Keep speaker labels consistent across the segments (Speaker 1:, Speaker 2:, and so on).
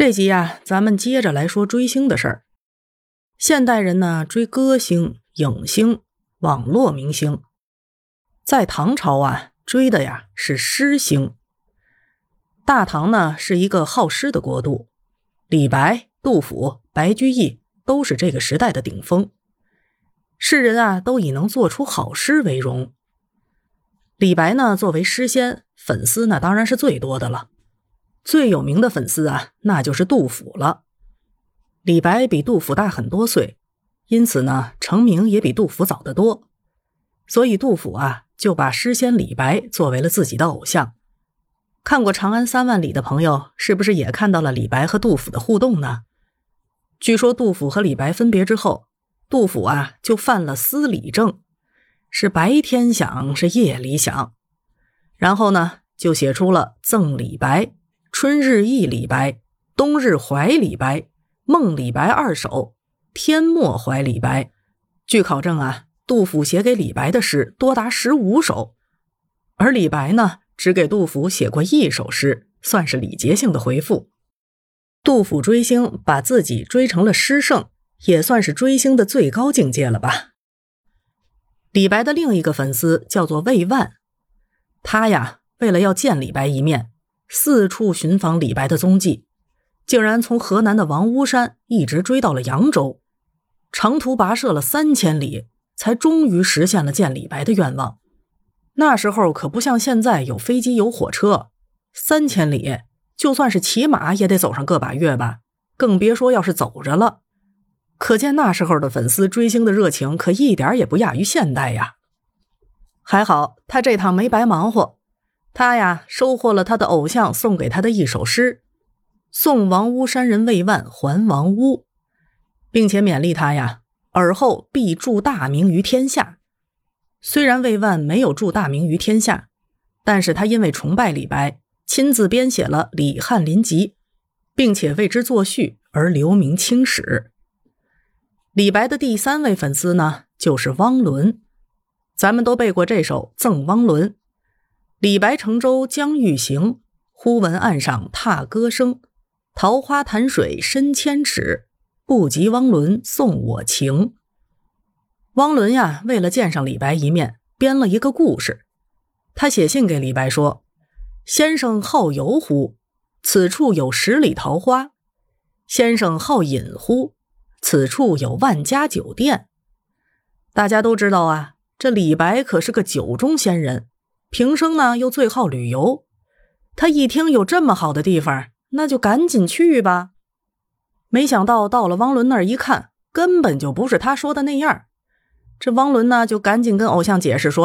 Speaker 1: 这集咱们接着来说追星的事儿。现代人呢，追歌星、影星、网络明星。在唐朝追的是诗星。大唐呢是一个好诗的国度，李白、杜甫、白居易都是这个时代的顶峰。世人都以能做出好诗为荣。李白呢作为诗仙，粉丝呢当然是最多的了。最有名的粉丝那就是杜甫了。李白比杜甫大很多岁，因此呢成名也比杜甫早得多。所以杜甫就把诗仙李白作为了自己的偶像。看过《长安三万里》的朋友，是不是也看到了李白和杜甫的互动呢？据说杜甫和李白分别之后，杜甫就犯了思礼症，是白天想，是夜里想。然后呢就写出了赠李白、春日忆李白、冬日怀李白、梦李白二首、天末怀李白。据考证杜甫写给李白的诗多达15首，而李白呢只给杜甫写过1首诗，算是礼节性的回复。杜甫追星把自己追成了诗圣，也算是追星的最高境界了吧。李白的另一个粉丝叫做魏万，他为了要见李白一面，四处寻访李白的踪迹，竟然从河南的王屋山一直追到了扬州，长途跋涉了3000里，才终于实现了见李白的愿望。那时候可不像现在有飞机有火车，3000里就算是骑马也得走上个把月吧，更别说要是走着了。可见那时候的粉丝追星的热情可一点也不亚于现代呀。还好他这趟没白忙活，他收获了他的偶像送给他的1首诗，送王屋山人魏万还王屋，并且勉励他尔后必铸大名于天下。虽然魏万没有铸大名于天下，但是他因为崇拜李白，亲自编写了《李翰林集》，并且为之作序而留名青史。李白的第3位粉丝呢就是汪伦。咱们都背过这首《赠汪伦》：李白乘舟将欲行，忽闻岸上踏歌声。桃花潭水深千尺，不及汪伦送我情。汪伦为了见上李白一面，编了一个故事。他写信给李白说：先生好游乎？此处有10里桃花。先生好饮乎？此处有万家酒店。大家都知道这李白可是个酒中仙人，平生呢又最好旅游。他一听有这么好的地方，那就赶紧去吧。没想到到了汪伦那儿一看，根本就不是他说的那样。这汪伦呢就赶紧跟偶像解释说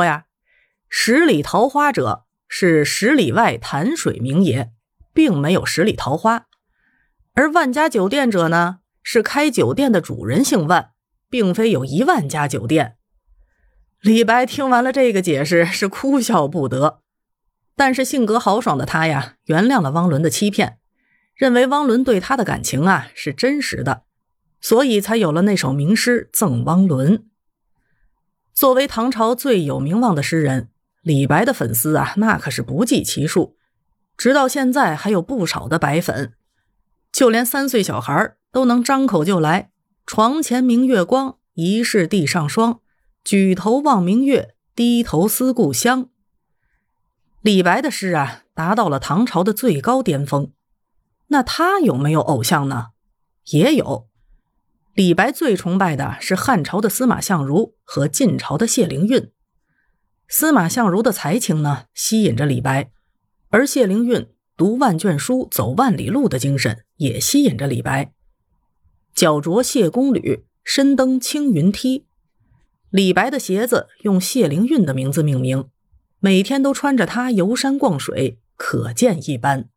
Speaker 1: 10里桃花者是10里外潭水名也，并没有10里桃花。而万家酒店者呢，是开酒店的主人姓万，并非有1万家酒店。李白听完了这个解释是哭笑不得，但是性格豪爽的他原谅了汪伦的欺骗，认为汪伦对他的感情是真实的，所以才有了那首名诗《赠汪伦》。作为唐朝最有名望的诗人，李白的粉丝那可是不计其数，直到现在还有不少的白粉。就连3岁小孩都能张口就来：床前明月光，疑是地上霜，举头望明月，低头思故乡。李白的诗达到了唐朝的最高巅峰。那他有没有偶像呢？也有。李白最崇拜的是汉朝的司马相如和晋朝的谢灵运。司马相如的才情呢吸引着李白，而谢灵运读万卷书走万里路的精神也吸引着李白。脚着谢公履，身登青云梯。李白的鞋子用谢灵运的名字命名，每天都穿着它游山逛水，可见一斑。